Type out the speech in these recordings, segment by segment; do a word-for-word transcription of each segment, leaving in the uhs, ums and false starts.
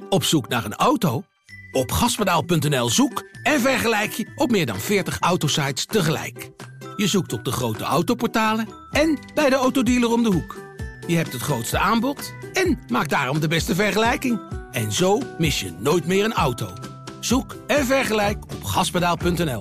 Op zoek naar een auto? Op gaspedaal punt n l zoek en vergelijk je op meer dan veertig autosites tegelijk. Je zoekt op de grote autoportalen en bij de autodealer om de hoek. Je hebt het grootste aanbod en maakt daarom de beste vergelijking. En zo mis je nooit meer een auto. Zoek en vergelijk op gaspedaal punt n l.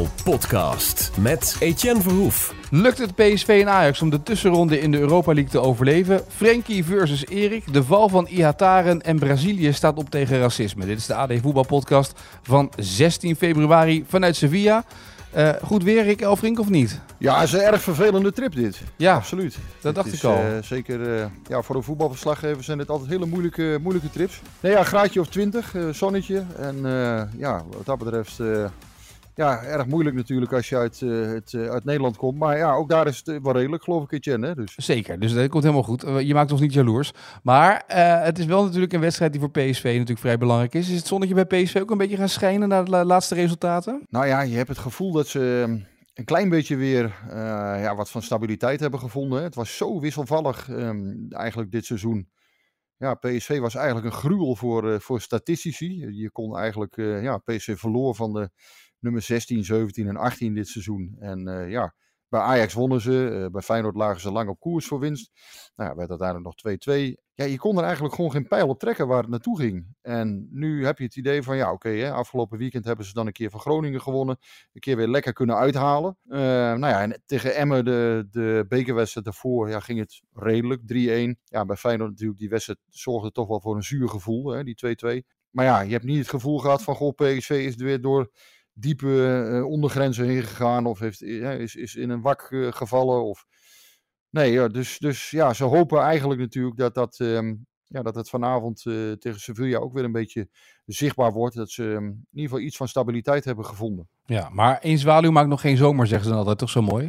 Podcast met Etienne Verhoef. Lukt het P S V en Ajax om de tussenronde in de Europa League te overleven? Frenkie versus Erik, de val van Ihataren en Brazilië staat op tegen racisme. Dit is de A D Voetbalpodcast van zestien februari vanuit Sevilla. Uh, goed weer, Rick Elfrink, of niet? Ja, het is een erg vervelende trip dit. Ja, absoluut. Dat dacht is, ik al. Uh, zeker uh, ja, voor een voetbalverslaggever zijn het altijd hele moeilijke, moeilijke trips. Nee, ja, graadje of twintig, uh, zonnetje. En uh, ja, wat dat betreft... Uh, Ja, erg moeilijk natuurlijk als je uit, uh, het, uh, uit Nederland komt. Maar ja, ook daar is het wel redelijk, geloof ik, Etienne. Hè? Dus. Zeker, dus dat komt helemaal goed. Je maakt ons niet jaloers. Maar uh, het is wel natuurlijk een wedstrijd die voor P S V natuurlijk vrij belangrijk is. Is het zonnetje bij P S V ook een beetje gaan schijnen na de la- laatste resultaten? Nou ja, je hebt het gevoel dat ze een klein beetje weer uh, ja, wat van stabiliteit hebben gevonden. Hè? Het was zo wisselvallig um, eigenlijk dit seizoen. Ja, P S V was eigenlijk een gruwel voor, uh, voor statistici. Je kon eigenlijk, uh, ja, P S V verloor van de nummer zestien, zeventien en achttien dit seizoen. En uh, ja, bij Ajax wonnen ze. Uh, bij Feyenoord lagen ze lang op koers voor winst. Nou ja, werd uiteindelijk nog twee-twee. Ja, je kon er eigenlijk gewoon geen pijl op trekken waar het naartoe ging. En nu heb je het idee van, ja oké, okay, afgelopen weekend hebben ze dan een keer van Groningen gewonnen. Een keer weer lekker kunnen uithalen. Uh, nou ja, en tegen Emmen, de, de bekerwedstrijd daarvoor, ja, ging het redelijk, drie-een. Ja, bij Feyenoord natuurlijk, die wedstrijd zorgde toch wel voor een zuur gevoel, hè, die twee-twee. Maar ja, je hebt niet het gevoel gehad van, goh, P S V is er weer door diepe uh, ondergrenzen heen gegaan of heeft, ja, is, is in een wak uh, gevallen. Of... Nee, ja, dus, dus ja, ze hopen eigenlijk natuurlijk dat, dat, um, ja, dat het vanavond uh, tegen Sevilla ook weer een beetje zichtbaar wordt. Dat ze um, in ieder geval iets van stabiliteit hebben gevonden. Ja, maar één zwaluw maakt nog geen zomer, zeggen ze dan altijd. Toch zo mooi?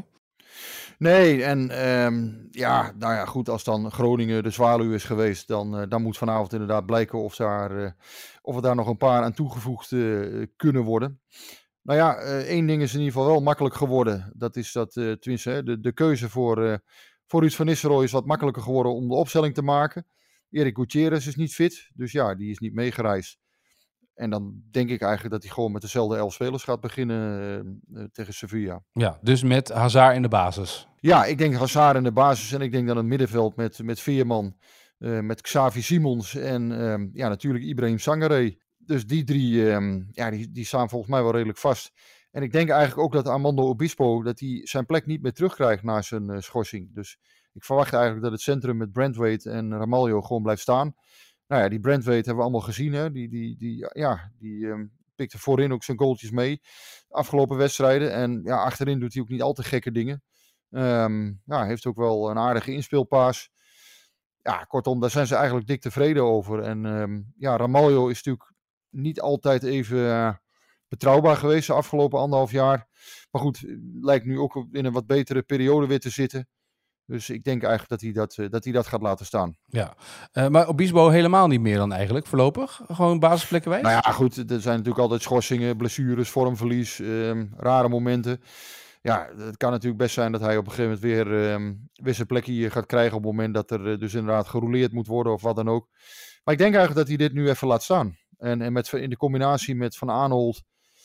Nee, en um, ja, nou ja, goed, als dan Groningen de zwaluw is geweest, dan, uh, dan moet vanavond inderdaad blijken of, daar, uh, of er daar nog een paar aan toegevoegd uh, kunnen worden. Nou ja, uh, één ding is in ieder geval wel makkelijk geworden. Dat is dat, uh, tenminste, hè, de, de keuze voor, uh, voor Ruud van Nistelrooy is wat makkelijker geworden om de opstelling te maken. Erik Gutierrez is niet fit, dus ja, die is niet meegereisd. En dan denk ik eigenlijk dat hij gewoon met dezelfde elf spelers gaat beginnen uh, uh, tegen Sevilla. Ja, dus met Hazard in de basis. Ja, ik denk Hazard in de basis en ik denk dan het middenveld met, met Veerman, uh, met Xavi Simons en uh, ja, natuurlijk Ibrahim Sangaré. Dus die drie, um, ja, die, die staan volgens mij wel redelijk vast. En ik denk eigenlijk ook dat Armando Obispo, dat hij zijn plek niet meer terugkrijgt na zijn uh, schorsing. Dus ik verwacht eigenlijk dat het centrum met Branthwaite en Ramalho gewoon blijft staan. Nou ja, die Branthwaite hebben we allemaal gezien. Hè? Die, die, die, ja, die um, pikte voorin ook zijn goaltjes mee. Afgelopen wedstrijden. En ja, achterin doet hij ook niet al te gekke dingen. Um, ja, heeft ook wel een aardige inspeelpaas. Ja, kortom, daar zijn ze eigenlijk dik tevreden over. En um, ja, Ramalho is natuurlijk niet altijd even uh, betrouwbaar geweest de afgelopen anderhalf jaar. Maar goed, lijkt nu ook in een wat betere periode weer te zitten. Dus ik denk eigenlijk dat hij dat, uh, dat, hij dat gaat laten staan. Ja, uh, maar Obispo helemaal niet meer dan eigenlijk, voorlopig? Gewoon basisplekken wijs? Nou ja, goed, er zijn natuurlijk altijd schorsingen, blessures, vormverlies, um, rare momenten. Ja, het kan natuurlijk best zijn dat hij op een gegeven moment weer, um, weer zijn plekje gaat krijgen op het moment dat er uh, dus inderdaad gerouleerd moet worden of wat dan ook. Maar ik denk eigenlijk dat hij dit nu even laat staan. En, en met, in de combinatie met Van Aanholt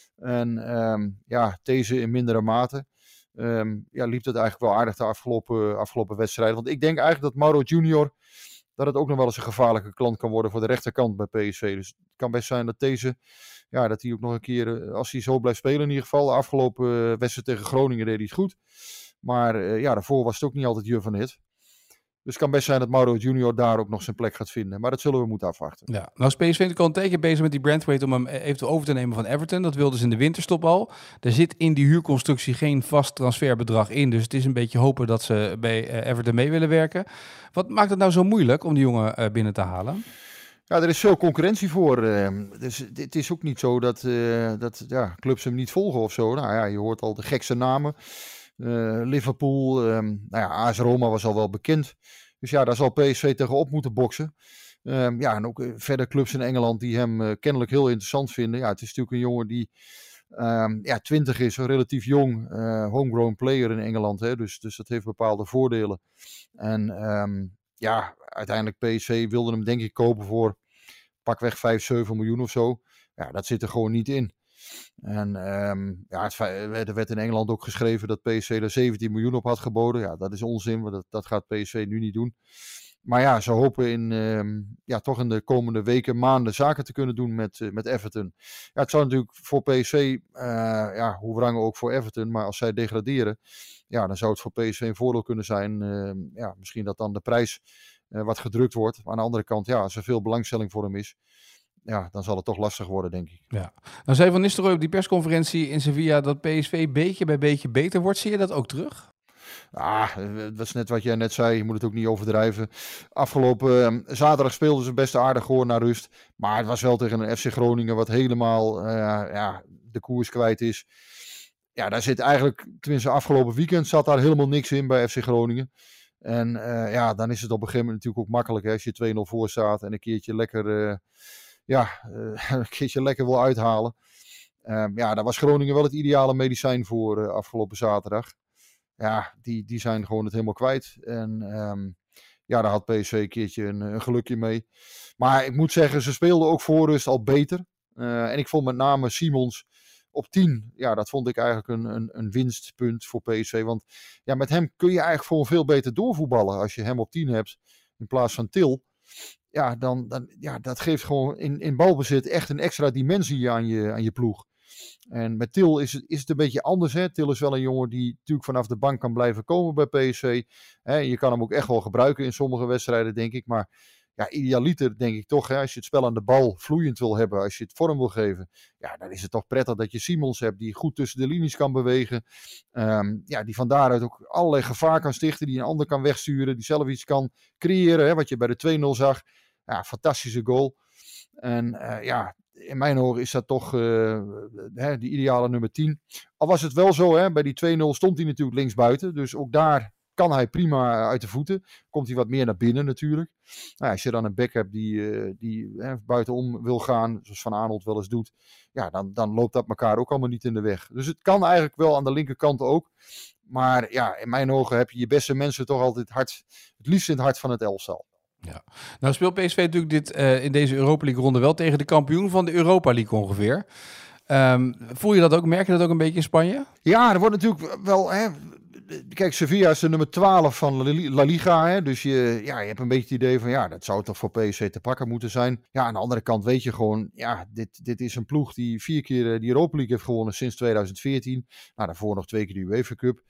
en um, ja, These in mindere mate, um, ja, liep het eigenlijk wel aardig de afgelopen, afgelopen wedstrijden. Want ik denk eigenlijk dat Mauro Junior, dat het ook nog wel eens een gevaarlijke klant kan worden voor de rechterkant bij P S V. Dus het kan best zijn dat These, ja, dat hij ook nog een keer, als hij zo blijft spelen in ieder geval, de afgelopen wedstrijd tegen Groningen deed hij het goed. Maar uh, ja, daarvoor was het ook niet altijd Jur van Hit. Dus het kan best zijn dat Mauro Junior daar ook nog zijn plek gaat vinden. Maar dat zullen we moeten afwachten. Ja, nou is P S V natuurlijk al een tijdje bezig met die Branthwaite om hem eventueel over te nemen van Everton. Dat wilden ze in de winterstop al. Er zit in die huurconstructie geen vast transferbedrag in. Dus het is een beetje hopen dat ze bij Everton mee willen werken. Wat maakt het nou zo moeilijk om die jongen binnen te halen? Ja, er is veel concurrentie voor. Dus het is ook niet zo dat, uh, dat ja, clubs hem niet volgen of zo. Nou ja, je hoort al de gekste namen. Uh, Liverpool, um, nou ja, A S Roma was al wel bekend. Dus ja, daar zal P S V tegenop moeten boksen. Um, ja, en ook uh, verder clubs in Engeland die hem uh, kennelijk heel interessant vinden. Ja, het is natuurlijk een jongen die um, ja, twintig is, relatief jong. Uh, homegrown player in Engeland. Hè, dus, dus dat heeft bepaalde voordelen. En um, ja, uiteindelijk P S V wilde hem denk ik kopen voor een pakweg vijf, zeven miljoen of zo. Ja, dat zit er gewoon niet in. En um, ja, het, er werd in Engeland ook geschreven dat P S V er zeventien miljoen op had geboden. Ja, dat is onzin, want dat, dat gaat P S V nu niet doen. Maar ja, ze hopen in, um, ja, toch in de komende weken, maanden zaken te kunnen doen met, uh, met Everton. Ja, het zou natuurlijk voor P S V, uh, ja, hoe wrangen ook voor Everton, maar als zij degraderen, ja, dan zou het voor P S V een voordeel kunnen zijn. Uh, ja, misschien dat dan de prijs uh, wat gedrukt wordt. Maar aan de andere kant, ja, als er veel belangstelling voor hem is, ja, dan zal het toch lastig worden, denk ik. Ja. Nou zei Van Nistelrooy op die persconferentie in Sevilla dat P S V beetje bij beetje beter wordt. Zie je dat ook terug? Ah, dat is net wat jij net zei. Je moet het ook niet overdrijven. Afgelopen uh, zaterdag speelden ze best aardig gewoon naar rust. Maar het was wel tegen een F C Groningen wat helemaal uh, ja, de koers kwijt is. Ja, daar zit eigenlijk, tenminste afgelopen weekend zat daar helemaal niks in bij F C Groningen. En uh, ja, dan is het op een gegeven moment natuurlijk ook makkelijk, hè, als je twee nul voor staat en een keertje lekker, uh, ja, uh, een keertje lekker wil uithalen. Uh, ja, daar was Groningen wel het ideale medicijn voor uh, afgelopen zaterdag. Ja, die, die zijn gewoon het helemaal kwijt. En um, ja, daar had P S V een keertje een, een gelukje mee. Maar ik moet zeggen, ze speelden ook voor rust al beter. Uh, en ik vond met name Simons op tien. Ja, dat vond ik eigenlijk een, een, een winstpunt voor P S V. Want ja, met hem kun je eigenlijk gewoon veel beter doorvoetballen. Als je hem op tien hebt in plaats van Til. Ja, dan, dan ja, dat geeft gewoon in, in balbezit echt een extra dimensie aan je, aan je ploeg. En met Til is het, is het een beetje anders. Hè? Til is wel een jongen die natuurlijk vanaf de bank kan blijven komen bij P S V. Hè? Je kan hem ook echt wel gebruiken in sommige wedstrijden, denk ik. Maar ja, idealiter denk ik toch, hè, als je het spel aan de bal vloeiend wil hebben, als je het vorm wil geven, ja, dan is het toch prettig dat je Simons hebt die goed tussen de linies kan bewegen. Um, ja, die van daaruit ook allerlei gevaar kan stichten, die een ander kan wegsturen, die zelf iets kan creëren, hè, wat je bij de twee nul zag. Ja, fantastische goal. En uh, ja, in mijn ogen is dat toch uh, de ideale nummer tien. Al was het wel zo, hè, bij die twee nul stond hij natuurlijk linksbuiten. Dus ook daar kan hij prima uit de voeten. Komt hij wat meer naar binnen natuurlijk. Nou, als je dan een back hebt die, uh, die hè, buitenom wil gaan, zoals Van Aanholt wel eens doet, ja, dan, dan loopt dat elkaar ook allemaal niet in de weg. Dus het kan eigenlijk wel aan de linkerkant ook. Maar ja, in mijn ogen heb je je beste mensen toch altijd hard, het liefst in het hart van het elftal. Ja. Nou speelt P S V natuurlijk dit, uh, in deze Europa League ronde wel tegen de kampioen van de Europa League ongeveer. Um, voel je dat ook? Merk je dat ook een beetje in Spanje? Ja, er wordt natuurlijk wel... Hè, kijk, Sevilla is de nummer twaalf van La Liga. Hè, dus je, ja, je hebt een beetje het idee van... Ja, dat zou toch voor P S V te pakken moeten zijn. Ja, aan de andere kant weet je gewoon... Ja, dit, dit is een ploeg die vier keer de Europa League heeft gewonnen sinds tweeduizend veertien. Nou, daarvoor nog twee keer de UEFA Cup.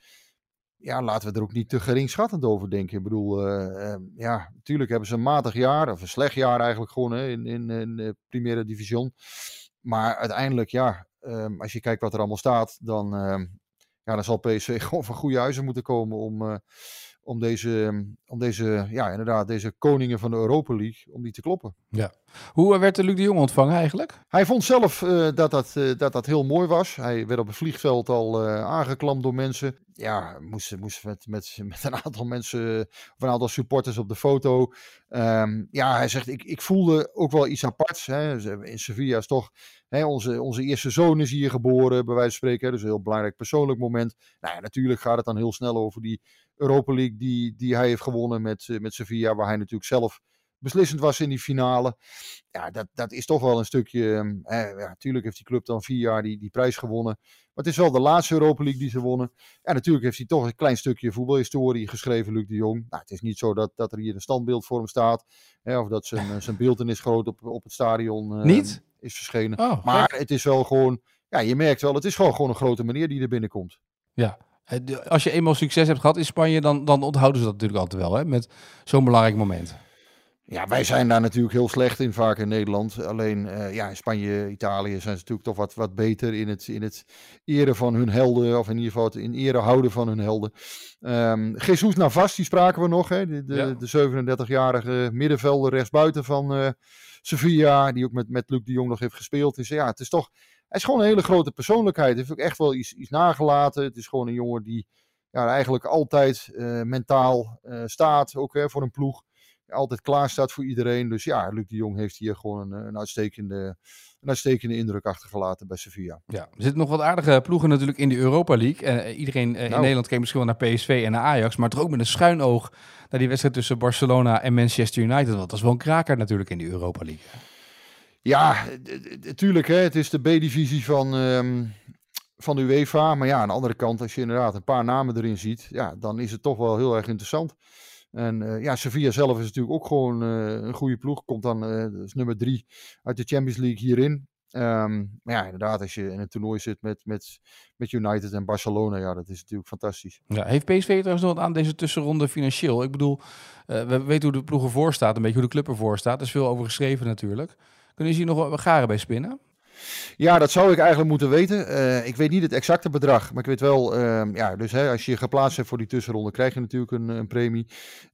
Ja, laten we er ook niet te geringschattend over denken. Ik bedoel, uh, uh, ja, natuurlijk hebben ze een matig jaar, of een slecht jaar eigenlijk gewoon hè, in, in, in de Primera Division. Maar uiteindelijk, ja, um, als je kijkt wat er allemaal staat, dan, uh, ja, dan zal P S V gewoon van goede huizen moeten komen om, uh, om deze, om deze, ja, inderdaad, deze koningen van de Europa League, om die te kloppen. Ja. Hoe werd de Luc de Jong ontvangen eigenlijk? Hij vond zelf uh, dat, dat, uh, dat dat heel mooi was. Hij werd op het vliegveld al uh, aangeklampt door mensen. Ja, moest, moest met, met, met een aantal mensen, of een aantal supporters op de foto. Um, ja, hij zegt, ik, ik voelde ook wel iets aparts. Hè. In Sevilla is toch, hè, onze, onze eerste zoon is hier geboren, bij wijze van spreken. Hè. Dus een heel belangrijk persoonlijk moment. Nou ja, natuurlijk gaat het dan heel snel over die Europa League die, die hij heeft gewonnen met, uh, met Sevilla, waar hij natuurlijk zelf beslissend was in die finale. Ja, dat, dat is toch wel een stukje... Eh, ja, natuurlijk heeft die club dan vier jaar die, die prijs gewonnen. Maar het is wel de laatste Europa League die ze wonnen. Ja, natuurlijk heeft hij toch een klein stukje voetbalhistorie geschreven, Luc de Jong. Nou, het is niet zo dat, dat er hier een standbeeld voor hem staat. Hè, of dat zijn, zijn beeltenis groot op, op het stadion uh, niet? is verschenen. Oh, maar gek. Het is wel gewoon... Ja, je merkt wel, het is gewoon, gewoon een grote meneer die er binnenkomt. Ja. Als je eenmaal succes hebt gehad in Spanje, dan, dan onthouden ze dat natuurlijk altijd wel, hè, met zo'n belangrijk moment. Ja, wij zijn daar natuurlijk heel slecht in, vaak in Nederland. Alleen uh, ja, in Spanje, Italië zijn ze natuurlijk toch wat, wat beter in het, in het eren van hun helden. Of in ieder geval het in ere houden van hun helden. Um, Jesus Navas, die spraken we nog. Hè? De, de, ja. de zevenendertigjarige middenvelder rechtsbuiten van uh, Sevilla. Die ook met, met Luc de Jong nog heeft gespeeld. Dus ja, het is toch... Hij is gewoon een hele grote persoonlijkheid. Hij heeft ook echt wel iets, iets nagelaten. Het is gewoon een jongen die ja, eigenlijk altijd uh, mentaal uh, staat. Ook hè, voor een ploeg. Altijd klaar staat voor iedereen. Dus ja, Luc de Jong heeft hier gewoon een, een, uitstekende, een uitstekende indruk achtergelaten bij Sevilla. Ja, er zitten nog wat aardige ploegen natuurlijk in de Europa League. En uh, iedereen uh, nou. in Nederland keek misschien wel naar P S V en naar Ajax. Maar toch ook met een schuin oog naar die wedstrijd tussen Barcelona en Manchester United. Want dat is wel een kraker natuurlijk in de Europa League. Ja, natuurlijk, het is de B-divisie van, um, van de UEFA. Maar ja, aan de andere kant, als je inderdaad een paar namen erin ziet, ja, dan is het toch wel heel erg interessant. En uh, ja, Sevilla zelf is natuurlijk ook gewoon uh, een goede ploeg. Komt dan uh, dus nummer drie uit de Champions League hierin. Um, maar ja, inderdaad, als je in een toernooi zit met, met, met United en Barcelona, ja, dat is natuurlijk fantastisch. Ja, heeft P S V trouwens nog wat aan deze tussenronde financieel? Ik bedoel, uh, we weten hoe de ploeg ervoor staat, een beetje hoe de club ervoor staat. Er is veel over geschreven natuurlijk. Kunnen ze hier nog wat garen bij spinnen? Ja, dat zou ik eigenlijk moeten weten. Uh, ik weet niet het exacte bedrag, maar ik weet wel, uh, ja, dus hè, als je je geplaatst hebt voor die tussenronde, krijg je natuurlijk een, een premie.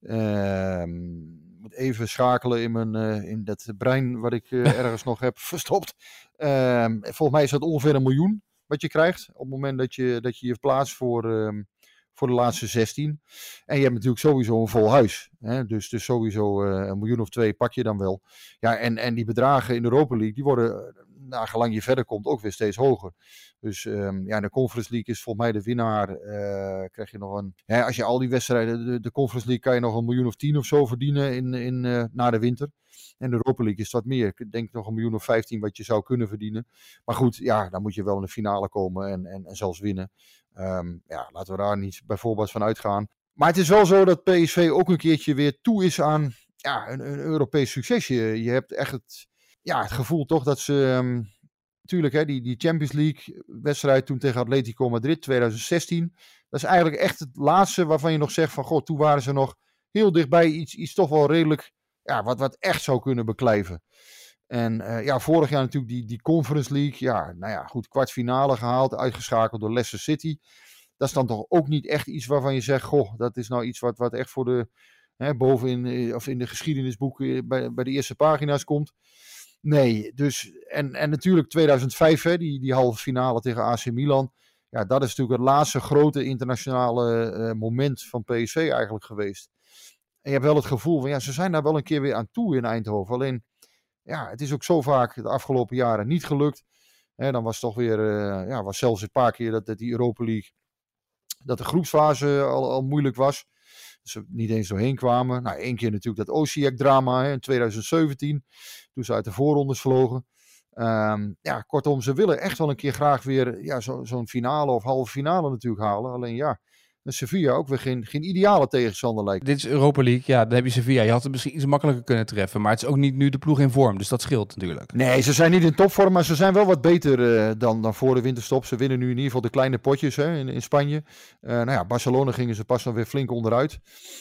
Uh, moet even schakelen in, mijn, uh, in dat brein wat ik uh, ergens nog heb verstopt. Uh, volgens mij is dat ongeveer een miljoen wat je krijgt op het moment dat je dat je, je plaatst voor, uh, voor de laatste zestien. En je hebt natuurlijk sowieso een vol huis. Hè? Dus, dus sowieso uh, een miljoen of twee pak je dan wel. Ja, en, en die bedragen in de Europa League, die worden, naar gelang je verder komt, ook weer steeds hoger. Dus um, ja, in de Conference League is volgens mij de winnaar, uh, krijg je nog een... Ja, als je al die wedstrijden, de, de Conference League kan je nog een miljoen of tien of zo verdienen in, in, uh, na de winter. En de Europa League is wat meer. Ik denk nog een miljoen of vijftien wat je zou kunnen verdienen. Maar goed, ja, dan moet je wel in de finale komen en, en, en zelfs winnen. Um, ja, laten we daar niet bijvoorbeeld van uitgaan. Maar het is wel zo dat P S V ook een keertje weer toe is aan ja, een, een Europees succes. Je, je hebt echt het, ja, het gevoel toch dat ze... Um, Tuurlijk, hè, die, die Champions League wedstrijd toen tegen Atletico Madrid twintig zestien. Dat is eigenlijk echt het laatste waarvan je nog zegt van... God, toen waren ze nog heel dichtbij iets, iets toch wel redelijk... Ja, wat, wat echt zou kunnen beklijven. En uh, ja, vorig jaar natuurlijk die, die Conference League. Ja, nou ja, goed, kwartfinale gehaald. Uitgeschakeld door Leicester City. Dat is dan toch ook niet echt iets waarvan je zegt... Goh, dat is nou iets wat, wat echt voor de... Hè, bovenin, of in de geschiedenisboeken bij, bij de eerste pagina's komt... Nee, dus en, en natuurlijk tweeduizend vijf, hè, die, die halve finale tegen A C Milan. Ja, dat is natuurlijk het laatste grote internationale uh, moment van P S V eigenlijk geweest. En je hebt wel het gevoel van, ja, ze zijn daar wel een keer weer aan toe in Eindhoven. Alleen, ja, het is ook zo vaak de afgelopen jaren niet gelukt. Hè, dan was het toch weer, uh, ja, was zelfs een paar keer dat, dat die Europa League, dat de groepsfase al, al moeilijk was. Ze niet eens doorheen kwamen. Nou, één keer natuurlijk dat Osijek-drama hè, in twintig zeventien. Toen ze uit de voorrondes vlogen. Um, ja, kortom, ze willen echt wel een keer graag weer ja, zo, zo'n finale of halve finale natuurlijk halen. Alleen ja, de Sevilla ook weer geen, geen ideale tegenstander lijkt. Dit is Europa League, ja, dan heb je Sevilla. Je had het misschien iets makkelijker kunnen treffen. Maar het is ook niet nu de ploeg in vorm, dus dat scheelt natuurlijk. Nee, ze zijn niet in topvorm, maar ze zijn wel wat beter uh, dan, dan voor de winterstop. Ze winnen nu in ieder geval de kleine potjes hè, in, in Spanje. Uh, nou ja, Barcelona gingen ze pas dan weer flink onderuit.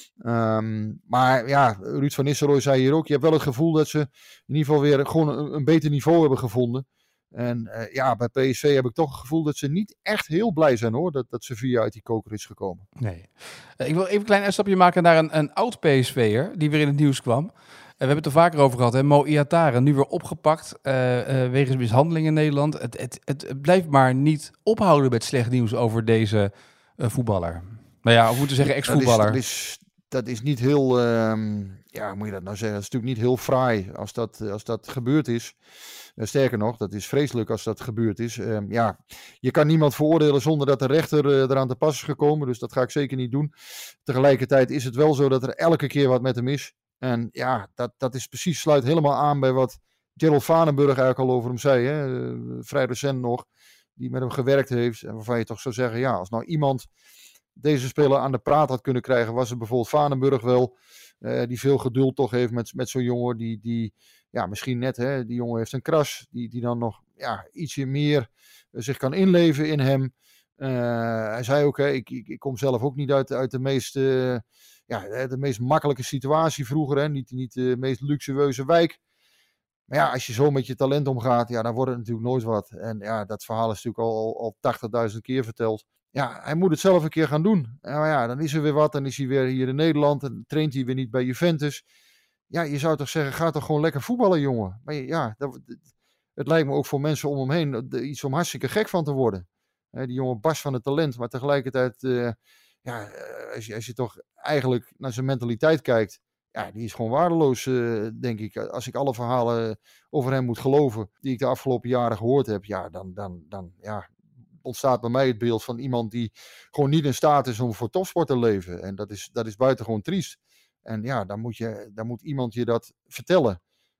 Um, maar ja, Ruud van Nistelrooy zei hier ook, je hebt wel het gevoel dat ze in ieder geval weer gewoon een, een beter niveau hebben gevonden. En uh, ja, bij P S V heb ik toch het gevoel dat ze niet echt heel blij zijn hoor, dat, dat Sevilla uit die koker is gekomen. Nee. Uh, ik wil even een klein uitstapje maken naar een, een oud P S V'er die weer in het nieuws kwam. Uh, we hebben het er vaker over gehad, hè? Mo Ihataren, nu weer opgepakt uh, uh, wegens mishandeling in Nederland. Het, het, het, het blijft maar niet ophouden met slecht nieuws over deze uh, voetballer. Nou ja, of moeten we zeggen ex-voetballer. Dat is, dat is, dat is niet heel, um, ja, hoe moet je dat nou zeggen? Dat is natuurlijk niet heel fraai als dat, als dat gebeurd is. Uh, sterker nog, dat is vreselijk als dat gebeurd is. Uh, ja, je kan niemand veroordelen zonder dat de rechter uh, eraan te pas is gekomen. Dus dat ga ik zeker niet doen. Tegelijkertijd is het wel zo dat er elke keer wat met hem is. En ja, dat, dat is precies, sluit helemaal aan bij wat Gerald Vanenburg eigenlijk al over hem zei. Hè? Uh, vrij recent nog. Die met hem gewerkt heeft. En waarvan je toch zou zeggen, ja, als nou iemand deze speler aan de praat had kunnen krijgen, was het bijvoorbeeld Vanenburg wel. Uh, die veel geduld toch heeft met, met zo'n jongen die... die ja, misschien net, hè, die jongen heeft een kras, die, die dan nog ja, ietsje meer uh, zich kan inleven in hem. Uh, hij zei ook, hè, ik, ik, ik kom zelf ook niet uit, uit de, meest, uh, ja, de meest makkelijke situatie vroeger, hè, niet, niet de meest luxueuze wijk. Maar ja, als je zo met je talent omgaat, ja, dan wordt het natuurlijk nooit wat. En ja, dat verhaal is natuurlijk al, al, al tachtigduizend keer verteld. Ja, hij moet het zelf een keer gaan doen. En, maar ja, dan is er weer wat, dan is hij weer hier in Nederland en traint hij weer niet bij Juventus. Ja, je zou toch zeggen, ga toch gewoon lekker voetballen, jongen. Maar ja, dat, het lijkt me ook voor mensen om hem heen iets om hartstikke gek van te worden. He, die jongen barst van het talent, maar tegelijkertijd, uh, ja, als je, als je toch eigenlijk naar zijn mentaliteit kijkt, ja, die is gewoon waardeloos, uh, denk ik. Als ik alle verhalen over hem moet geloven, die ik de afgelopen jaren gehoord heb, ja, dan, dan, dan ja, ontstaat bij mij het beeld van iemand die gewoon niet in staat is om voor topsport te leven. En dat is, dat is buitengewoon triest. En ja, dan moet, je, dan moet iemand je dat vertellen.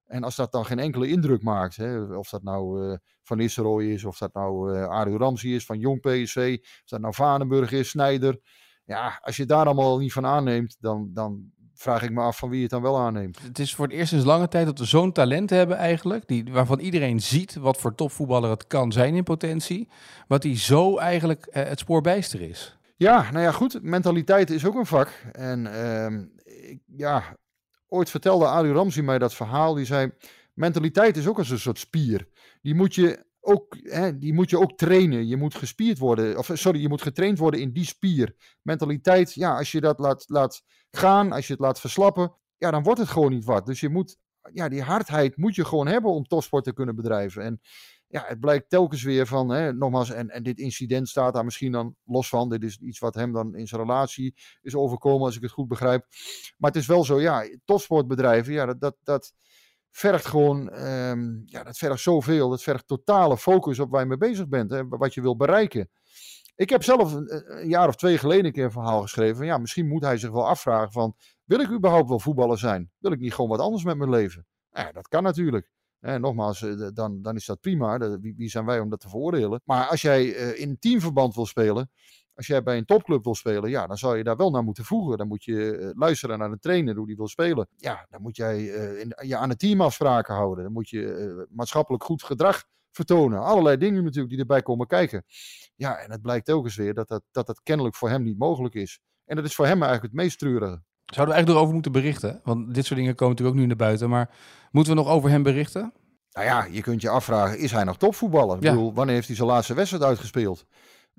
En als dat dan geen enkele indruk maakt, hè, of dat nou uh, Van Nistelrooy is, of dat nou uh, Adil Ramzi is van Jong P S V, of dat nou Vanenburg is, Sneijder. Ja, als je daar allemaal niet van aanneemt, dan, dan vraag ik me af van wie het dan wel aanneemt. Het is voor het eerst sinds lange tijd dat we zo'n talent hebben eigenlijk, die, waarvan iedereen ziet wat voor topvoetballer het kan zijn in potentie, wat die zo eigenlijk uh, het spoor bijster is. Ja, nou ja, goed. Mentaliteit is ook een vak. En uh, ik, ja, ooit vertelde Adil Ramzi mij dat verhaal. Die zei, mentaliteit is ook als een soort spier. Die moet je ook, hè, die moet je ook trainen. Je moet gespierd worden, of sorry, je moet getraind worden in die spier. Mentaliteit, ja, als je dat laat, laat gaan, als je het laat verslappen, ja, dan wordt het gewoon niet wat. Dus je moet, ja, die hardheid moet je gewoon hebben om topsport te kunnen bedrijven. En ja, het blijkt telkens weer van, hè, nogmaals, en, en dit incident staat daar misschien dan los van. Dit is iets wat hem dan in zijn relatie is overkomen, als ik het goed begrijp. Maar het is wel zo, ja, topsportbedrijven, ja, dat, dat, dat vergt gewoon, um, ja, dat vergt zoveel. Dat vergt totale focus op waar je mee bezig bent, hè, wat je wil bereiken. Ik heb zelf een, een jaar of twee geleden een keer een verhaal geschreven. Van, ja, misschien moet hij zich wel afvragen van, wil ik überhaupt wel voetballer zijn? Wil ik niet gewoon wat anders met mijn leven? Nou ja, dat kan natuurlijk. En nogmaals, dan, dan is dat prima. Wie, wie zijn wij om dat te veroordelen? Maar als jij uh, in teamverband wil spelen, als jij bij een topclub wil spelen, ja, dan zou je daar wel naar moeten voegen. Dan moet je uh, luisteren naar de trainer hoe die wil spelen. Ja, dan moet jij uh, in, je aan de teamafspraken houden. Dan moet je uh, maatschappelijk goed gedrag vertonen. Allerlei dingen natuurlijk die erbij komen kijken. Ja, en het blijkt telkens weer dat dat, dat dat kennelijk voor hem niet mogelijk is. En dat is voor hem eigenlijk het meest treurige. Zouden we eigenlijk erover moeten berichten? Want dit soort dingen komen natuurlijk ook nu naar buiten. Maar moeten we nog over hem berichten? Nou ja, je kunt je afvragen, is hij nog topvoetballer? Ja. Ik bedoel, wanneer heeft hij zijn laatste wedstrijd uitgespeeld?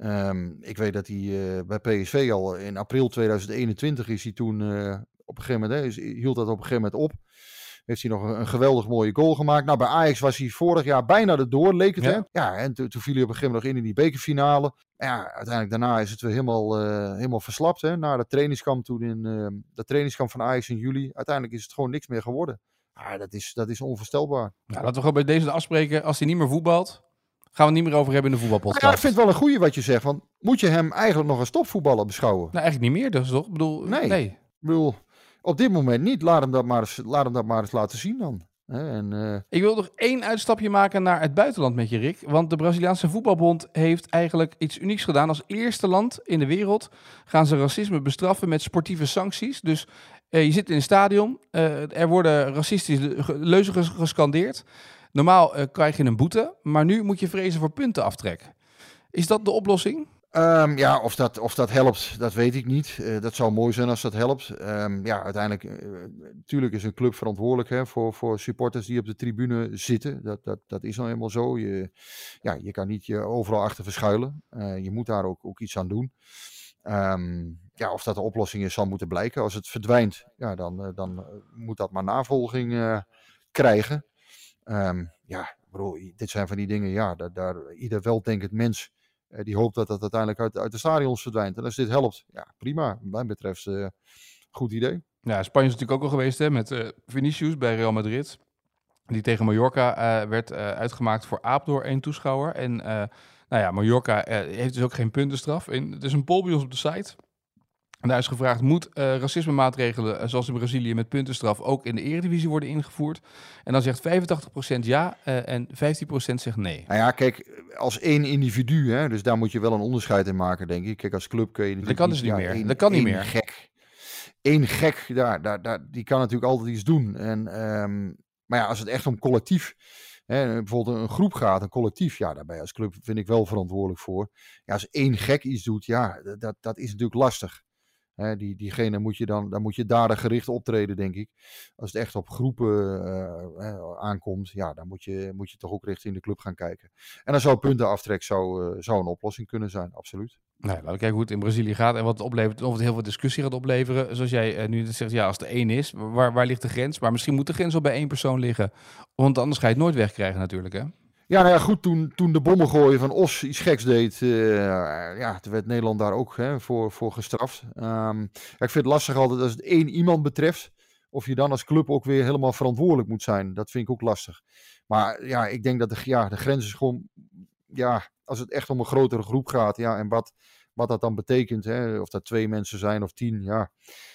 Um, ik weet dat hij uh, bij P S V al in april tweeduizend eenentwintig is hij toen uh, op een gegeven moment, hè, is, hield dat op een gegeven moment op. Heeft hij nog een, een geweldig mooie goal gemaakt. Nou, bij Ajax was hij vorig jaar bijna erdoor, leek het. Ja, hè? Ja, en to, toen viel hij op een gegeven moment nog in in die bekerfinale. Ja, uiteindelijk daarna is het weer helemaal, uh, helemaal verslapt. Hè? Na dat trainingskamp toen in uh, dat trainingskamp van Ajax in juli. Uiteindelijk is het gewoon niks meer geworden. Ah, dat is, dat is onvoorstelbaar. Nou, laten we gewoon bij deze afspreken. Als hij niet meer voetbalt, gaan we het niet meer over hebben in de voetbalpodcast. Nou ja, ik vind het wel een goeie wat je zegt. Want moet je hem eigenlijk nog als topvoetballer beschouwen? Nou, eigenlijk niet meer dus, toch? Ik bedoel, nee. nee. Ik bedoel, op dit moment niet. Laat hem dat maar eens, laat hem dat maar eens laten zien dan. En, uh... Ik wil nog één uitstapje maken naar het buitenland met je, Rick. Want de Braziliaanse voetbalbond heeft eigenlijk iets unieks gedaan. Als eerste land in de wereld gaan ze racisme bestraffen met sportieve sancties. Dus uh, je zit in een stadion, uh, er worden racistische leuzen gescandeerd. Normaal uh, krijg je een boete, maar nu moet je vrezen voor puntenaftrek. Is dat de oplossing? Um, ja, of dat, of dat helpt, dat weet ik niet. Uh, dat zou mooi zijn als dat helpt. Um, ja, uiteindelijk, uh, natuurlijk is een club verantwoordelijk, hè, voor, voor supporters die op de tribune zitten. Dat, dat, dat is nou eenmaal zo. Je, ja, je kan niet je overal achter verschuilen. Uh, je moet daar ook, ook iets aan doen. Um, ja, of dat de oplossing is, zal moeten blijken. Als het verdwijnt, ja, dan, uh, dan uh, moet dat maar navolging uh, krijgen. Um, ja, bro, dit zijn van die dingen, ja, daar, daar, ieder weldenkend mens uh, die hoopt dat dat uiteindelijk uit, uit de stadions verdwijnt. En als dit helpt, ja, prima. Wat mij betreft, uh, goed idee. Ja, Spanje is natuurlijk ook al geweest, hè, met uh, Vinicius bij Real Madrid. Die tegen Mallorca uh, werd uh, uitgemaakt voor aap door één toeschouwer. En uh, nou ja, Mallorca uh, heeft dus ook geen puntenstraf. En het is een poll bij ons op de site. En daar is gevraagd, moet uh, racisme-maatregelen, uh, zoals in Brazilië met puntenstraf, ook in de Eredivisie worden ingevoerd? En dan zegt vijfentachtig procent ja uh, en vijftien procent zegt nee. Nou ja, kijk, als één individu, hè, dus daar moet je wel een onderscheid in maken, denk ik. Kijk, als club kun je natuurlijk dat kan dus niet ja, meer. Één, dat kan niet één meer. Gek. Eén gek, daar, daar, daar, die kan natuurlijk altijd iets doen. En, um, maar ja, als het echt om collectief, hè, bijvoorbeeld een groep gaat, een collectief, ja, daarbij als club vind ik wel verantwoordelijk voor. Ja, als één gek iets doet, ja, dat, dat is natuurlijk lastig. He, die, diegene moet je dan, dan moet je dadergericht optreden, denk ik. Als het echt op groepen uh, aankomt, ja, dan moet je, moet je toch ook richting de club gaan kijken. En dan zou puntenaftrek zou, uh, zou een oplossing kunnen zijn, absoluut. Nou, laten we kijken hoe het in Brazilië gaat en wat het oplevert, of het heel veel discussie gaat opleveren. Zoals jij uh, nu zegt, ja, als er één is, waar, waar ligt de grens? Maar misschien moet de grens al bij één persoon liggen, want anders ga je het nooit wegkrijgen natuurlijk, hè? Ja, nou ja, goed, toen, toen de bommen gooien van Os iets geks deed, uh, ja, toen werd Nederland daar ook hè, voor, voor gestraft. Um, ja, ik vind het lastig altijd als het één iemand betreft, of je dan als club ook weer helemaal verantwoordelijk moet zijn. Dat vind ik ook lastig. Maar ja, ik denk dat de, ja, de grens is gewoon, ja, als het echt om een grotere groep gaat, ja, en wat, wat dat dan betekent, hè, of dat twee mensen zijn of tien, ja.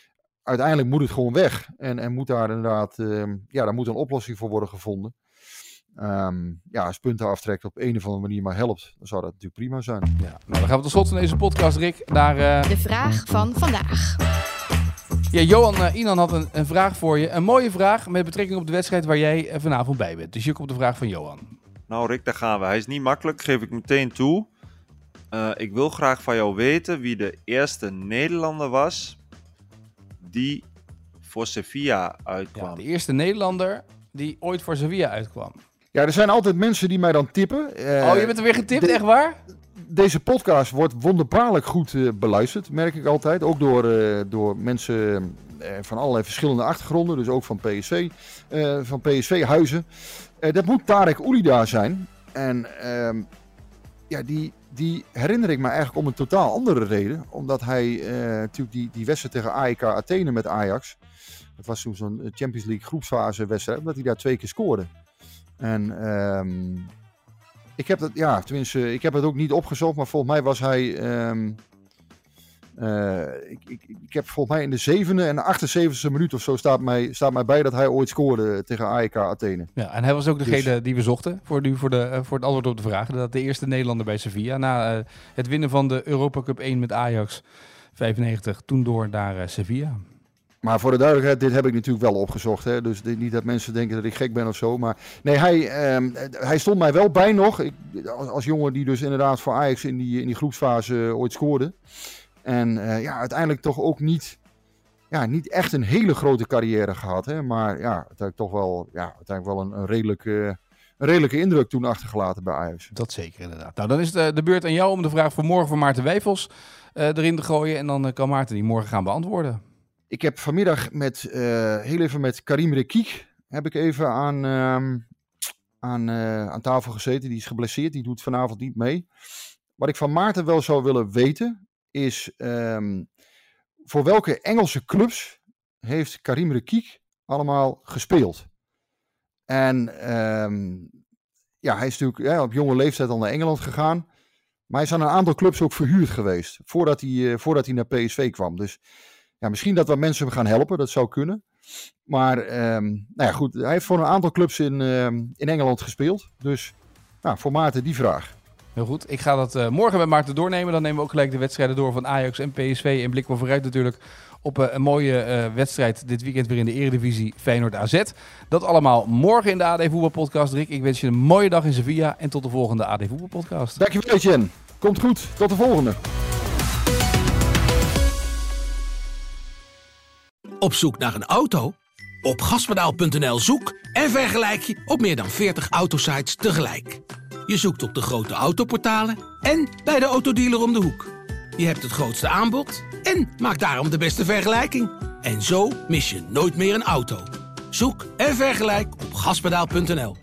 uiteindelijk moet het gewoon weg. En, en moet daar inderdaad, uh, ja, daar moet een oplossing voor worden gevonden. Um, ja, als puntenaftrek op een of andere manier maar helpt, dan zou dat natuurlijk prima zijn. Ja, nou, dan gaan we tot slot van deze podcast, Rick, naar... Uh... De vraag van vandaag. Ja, Johan uh, Inan had een, een vraag voor je. Een mooie vraag met betrekking op de wedstrijd waar jij uh, vanavond bij bent. Dus hier komt de vraag van Johan. Nou Rick, daar gaan we. Hij is niet makkelijk, geef ik meteen toe. Uh, ik wil graag van jou weten wie de eerste Nederlander was die voor Sevilla uitkwam. Ja, de eerste Nederlander die ooit voor Sevilla uitkwam. Ja, er zijn altijd mensen die mij dan tippen. Uh, oh, je bent er weer getipt, de, echt waar? Deze podcast wordt wonderbaarlijk goed uh, beluisterd, merk ik altijd. Ook door, uh, door mensen uh, van allerlei verschillende achtergronden, dus ook van P S V, uh, van P S V-huizen. Uh, dat moet Tarek Oulida zijn. En uh, ja, die, die herinner ik me eigenlijk om een totaal andere reden. Omdat hij uh, natuurlijk die, die wedstrijd tegen A E K Athene met Ajax, dat was toen zo'n Champions League groepsfase wedstrijd, omdat hij daar twee keer scoorde. En um, ik heb dat, ja, tenminste, ik heb het ook niet opgezocht, maar volgens mij was hij, um, uh, ik, ik, ik heb volgens mij in de zevende en de achtenzeventigste minuut of zo staat mij, staat mij bij dat hij ooit scoorde tegen A E K Athene. Ja, en hij was ook degene dus, die we zochten voor, nu, voor, de, voor het antwoord op de vraag. Dat de eerste Nederlander bij Sevilla, na uh, het winnen van de Europa Cup één met Ajax vijfennegentig, toen door naar uh, Sevilla. Maar voor de duidelijkheid, dit heb ik natuurlijk wel opgezocht. Hè? Dus dit, niet dat mensen denken dat ik gek ben of zo. Maar nee, hij, um, hij stond mij wel bij nog. Ik, als, als jongen die dus inderdaad voor Ajax in die, in die groepsfase uh, ooit scoorde. En uh, ja, uiteindelijk toch ook niet, ja, niet echt een hele grote carrière gehad. Hè? Maar ja, uiteindelijk toch wel, ja, uiteindelijk wel een, een, redelijke, een redelijke indruk toen achtergelaten bij Ajax. Dat zeker inderdaad. Nou, dan is het de beurt aan jou om de vraag voor morgen van Maarten Wijfels uh, erin te gooien. En dan uh, kan Maarten die morgen gaan beantwoorden. Ik heb vanmiddag met, uh, heel even met Karim Rekic heb ik even aan, uh, aan, uh, aan tafel gezeten. Die is geblesseerd, die doet vanavond niet mee. Wat ik van Maarten wel zou willen weten is, um, voor welke Engelse clubs heeft Karim Rekic allemaal gespeeld? En um, ja, hij is natuurlijk ja, op jonge leeftijd al naar Engeland gegaan. Maar hij is aan een aantal clubs ook verhuurd geweest, voordat hij, uh, voordat hij naar P S V kwam. Dus ja, misschien dat wat mensen hem gaan helpen, dat zou kunnen. Maar um, nou ja, goed, hij heeft voor een aantal clubs in, um, in Engeland gespeeld. Dus nou, voor Maarten die vraag. Heel goed, ik ga dat uh, morgen met Maarten doornemen. Dan nemen we ook gelijk de wedstrijden door van Ajax en P S V. En blikken we vooruit natuurlijk op uh, een mooie uh, wedstrijd dit weekend weer in de Eredivisie Feyenoord A Z. Dat allemaal morgen in de A D Voetbalpodcast. Rick, ik wens je een mooie dag in Sevilla en tot de volgende A D Voetbalpodcast. Dankjewel, Etienne. Komt goed, tot de volgende. Op zoek naar een auto? Op gaspedaal punt n l zoek en vergelijk je op meer dan veertig autosites tegelijk. Je zoekt op de grote autoportalen en bij de autodealer om de hoek. Je hebt het grootste aanbod en maakt daarom de beste vergelijking. En zo mis je nooit meer een auto. Zoek en vergelijk op gaspedaal punt n l.